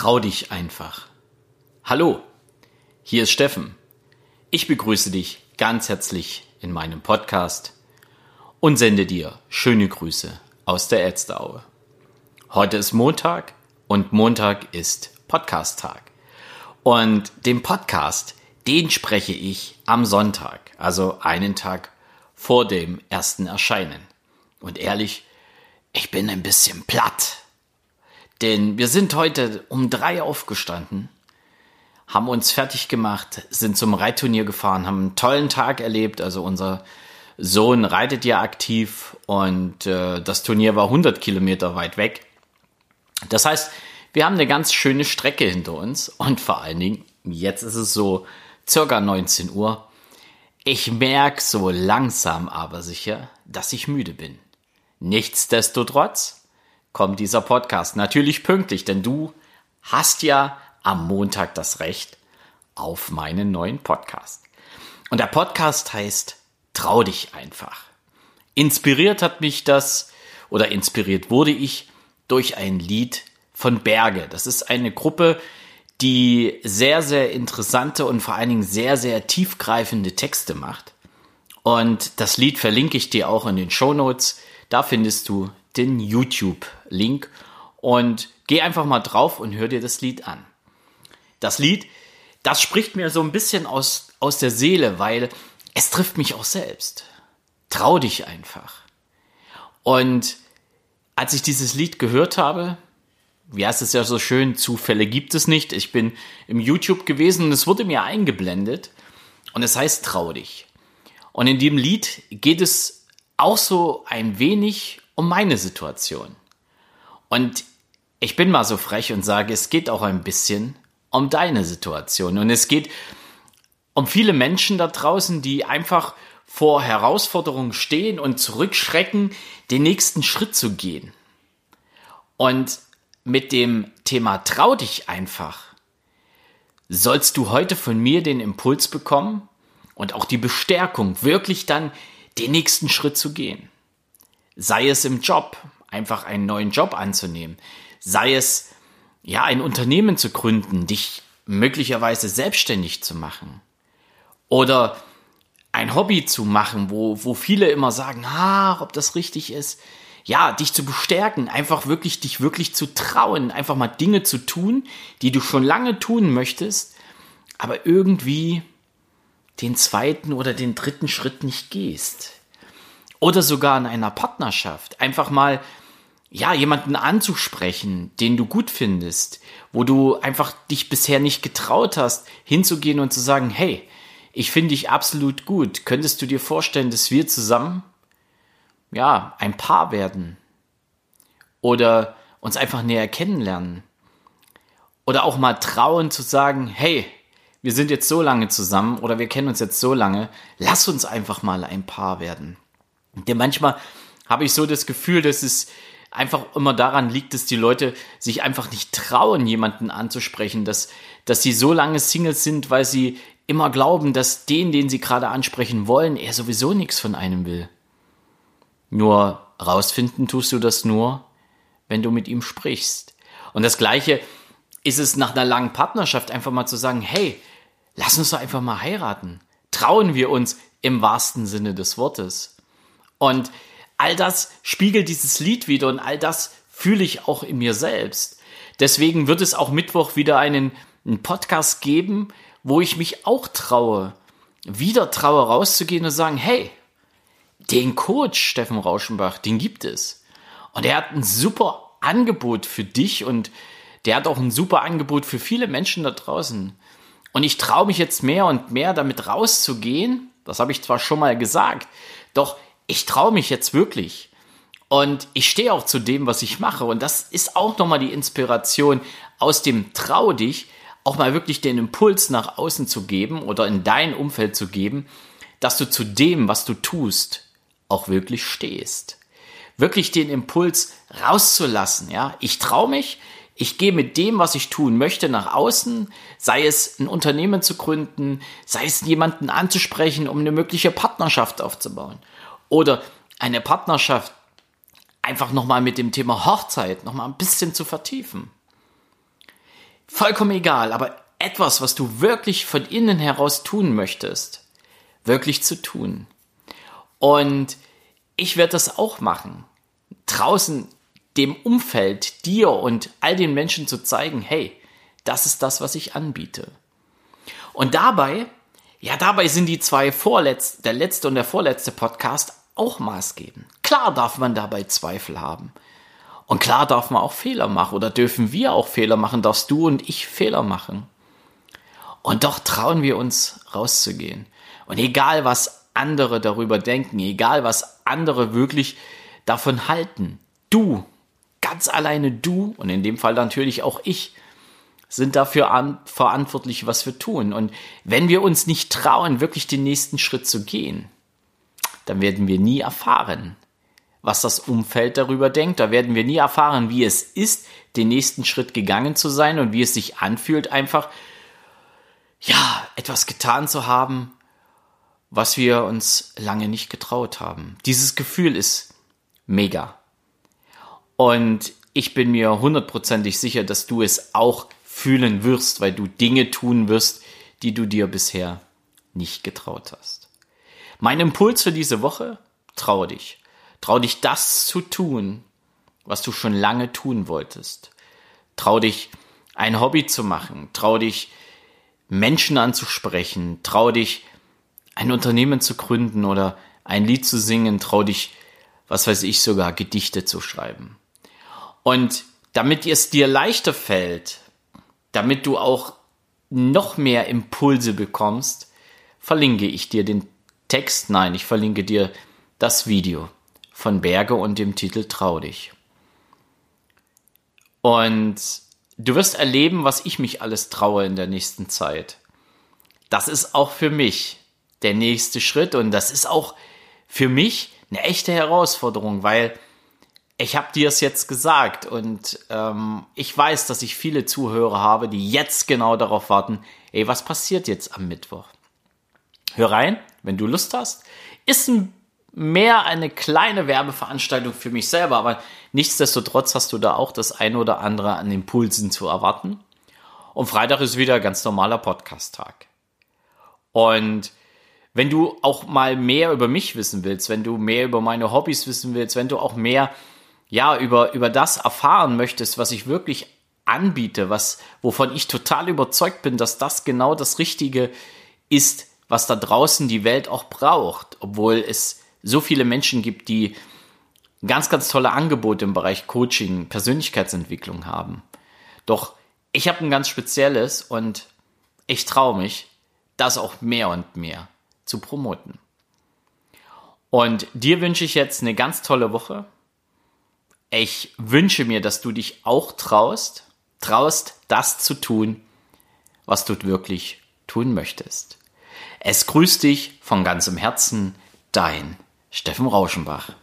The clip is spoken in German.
Trau dich einfach. Hallo, hier ist Steffen. Ich begrüße dich ganz herzlich in meinem Podcast und sende dir schöne Grüße aus der Elsteraue. Heute ist Montag und Montag ist Podcast-Tag. Und den Podcast, den spreche ich am Sonntag, also einen Tag vor dem ersten Erscheinen. Und ehrlich, ich bin ein bisschen platt. Denn wir sind heute um 3 aufgestanden, haben uns fertig gemacht, sind zum Reitturnier gefahren, haben einen tollen Tag erlebt. Also unser Sohn reitet ja aktiv und das Turnier war 100 Kilometer weit weg. Das heißt, wir haben eine ganz schöne Strecke hinter uns und vor allen Dingen, jetzt ist es so circa 19 Uhr. Ich merke so langsam aber sicher, dass ich müde bin. Nichtsdestotrotz kommt dieser Podcast natürlich pünktlich, denn du hast ja am Montag das Recht auf meinen neuen Podcast. Und der Podcast heißt Trau dich einfach. Inspiriert wurde ich durch ein Lied von Berge. Das ist eine Gruppe, die sehr, sehr interessante und vor allen Dingen sehr, sehr tiefgreifende Texte macht. Und das Lied verlinke ich dir auch in den Shownotes. Da findest du den YouTube-Link und geh einfach mal drauf und hör dir das Lied an. Das Lied, das spricht mir so ein bisschen aus der Seele, weil es trifft mich auch selbst. Trau dich einfach. Und als ich dieses Lied gehört habe, wie heißt es ja so schön, Zufälle gibt es nicht. Ich bin im YouTube gewesen und es wurde mir eingeblendet und es heißt Trau dich. Und in dem Lied geht es auch so ein wenig um meine Situation. Und ich bin mal so frech und sage, es geht auch ein bisschen um deine Situation. Und es geht um viele Menschen da draußen, die einfach vor Herausforderungen stehen und zurückschrecken, den nächsten Schritt zu gehen. Und mit dem Thema Trau dich einfach sollst du heute von mir den Impuls bekommen und auch die Bestärkung, wirklich dann den nächsten Schritt zu gehen. Sei es im Job, einfach einen neuen Job anzunehmen. Sei es, ja, ein Unternehmen zu gründen, dich möglicherweise selbstständig zu machen. Oder ein Hobby zu machen, wo viele immer sagen, ob das richtig ist. Ja, dich zu bestärken, dich wirklich zu trauen, einfach mal Dinge zu tun, die du schon lange tun möchtest, aber irgendwie den zweiten oder den dritten Schritt nicht gehst. Oder sogar in einer Partnerschaft. Einfach mal, jemanden anzusprechen, den du gut findest, wo du einfach dich bisher nicht getraut hast, hinzugehen und zu sagen, hey, ich finde dich absolut gut. Könntest du dir vorstellen, dass wir zusammen, ein Paar werden? Oder uns einfach näher kennenlernen? Oder auch mal trauen zu sagen, hey, wir sind jetzt so lange zusammen oder wir kennen uns jetzt so lange, lass uns einfach mal ein Paar werden. Denn manchmal habe ich so das Gefühl, dass es einfach immer daran liegt, dass die Leute sich einfach nicht trauen, jemanden anzusprechen, dass sie so lange Singles sind, weil sie immer glauben, dass den sie gerade ansprechen wollen, er sowieso nichts von einem will. Nur rausfinden tust du das nur, wenn du mit ihm sprichst. Und das Gleiche ist es nach einer langen Partnerschaft, einfach mal zu sagen, hey, lass uns doch einfach mal heiraten. Trauen wir uns im wahrsten Sinne des Wortes. Und all das spiegelt dieses Lied wieder und all das fühle ich auch in mir selbst. Deswegen wird es auch Mittwoch wieder einen Podcast geben, wo ich mich auch traue rauszugehen und sagen, hey, den Coach Steffen Rauschenbach, den gibt es. Und er hat ein super Angebot für dich und der hat auch ein super Angebot für viele Menschen da draußen. Und ich traue mich jetzt mehr und mehr damit rauszugehen. Das habe ich zwar schon mal gesagt, doch ich traue mich jetzt wirklich. Und ich stehe auch zu dem, was ich mache. Und das ist auch nochmal die Inspiration aus dem Trau dich, auch mal wirklich den Impuls nach außen zu geben oder in dein Umfeld zu geben, dass du zu dem, was du tust, auch wirklich stehst. Wirklich den Impuls rauszulassen. Ja? Ich traue mich, ich gehe mit dem, was ich tun möchte, nach außen, sei es ein Unternehmen zu gründen, sei es jemanden anzusprechen, um eine mögliche Partnerschaft aufzubauen. Oder eine Partnerschaft einfach nochmal mit dem Thema Hochzeit nochmal ein bisschen zu vertiefen. vollkommen egal, aber etwas, was du wirklich von innen heraus tun möchtest, wirklich zu tun. Und ich werde das auch machen. Draußen dem Umfeld, dir und all den Menschen zu zeigen, hey, das ist das, was ich anbiete. Und dabei sind die zwei der letzte und der vorletzte Podcast auch maßgebend. Klar darf man dabei Zweifel haben. Und klar darf man auch Fehler machen oder dürfen wir auch Fehler machen, darfst du und ich Fehler machen. Und doch trauen wir uns rauszugehen. Und egal, was andere darüber denken, egal, was andere wirklich davon halten, du, ganz alleine du und in dem Fall natürlich auch ich, sind dafür verantwortlich, was wir tun. Und wenn wir uns nicht trauen, wirklich den nächsten Schritt zu gehen, dann werden wir nie erfahren, was das Umfeld darüber denkt. Da werden wir nie erfahren, wie es ist, den nächsten Schritt gegangen zu sein und wie es sich anfühlt, einfach, etwas getan zu haben, was wir uns lange nicht getraut haben. Dieses Gefühl ist mega. Und ich bin mir 100%ig sicher, dass du es auch fühlen wirst, weil du Dinge tun wirst, die du dir bisher nicht getraut hast. Mein Impuls für diese Woche: trau dich. Trau dich, das zu tun, was du schon lange tun wolltest. Trau dich, ein Hobby zu machen. Trau dich, Menschen anzusprechen. Trau dich, ein Unternehmen zu gründen oder ein Lied zu singen. Trau dich, was weiß ich, sogar Gedichte zu schreiben. Und damit es dir leichter fällt, damit du auch noch mehr Impulse bekommst, verlinke ich dir den Text. Nein, ich verlinke dir das Video von Berge und dem Titel Trau dich. Und du wirst erleben, was ich mich alles traue in der nächsten Zeit. Das ist auch für mich der nächste Schritt und das ist auch für mich eine echte Herausforderung, weil ich habe dir es jetzt gesagt und ich weiß, dass ich viele Zuhörer habe, die jetzt genau darauf warten, was passiert jetzt am Mittwoch? Hör rein, wenn du Lust hast. Ist mehr eine kleine Werbeveranstaltung für mich selber, aber nichtsdestotrotz hast du da auch das eine oder andere an Impulsen zu erwarten. Und Freitag ist wieder ein ganz normaler Podcast-Tag. Und wenn du auch mal mehr über mich wissen willst, wenn du mehr über meine Hobbys wissen willst, wenn du auch mehr über das erfahren möchtest, was ich wirklich anbiete, wovon ich total überzeugt bin, dass das genau das Richtige ist, was da draußen die Welt auch braucht, obwohl es so viele Menschen gibt, die ganz, ganz tolle Angebote im Bereich Coaching, Persönlichkeitsentwicklung haben. Doch ich habe ein ganz spezielles und ich traue mich, das auch mehr und mehr zu promoten. Und dir wünsche ich jetzt eine ganz tolle Woche. Ich wünsche mir, dass du dich auch traust, das zu tun, was du wirklich tun möchtest. Es grüßt dich von ganzem Herzen, dein Steffen Rauschenbach.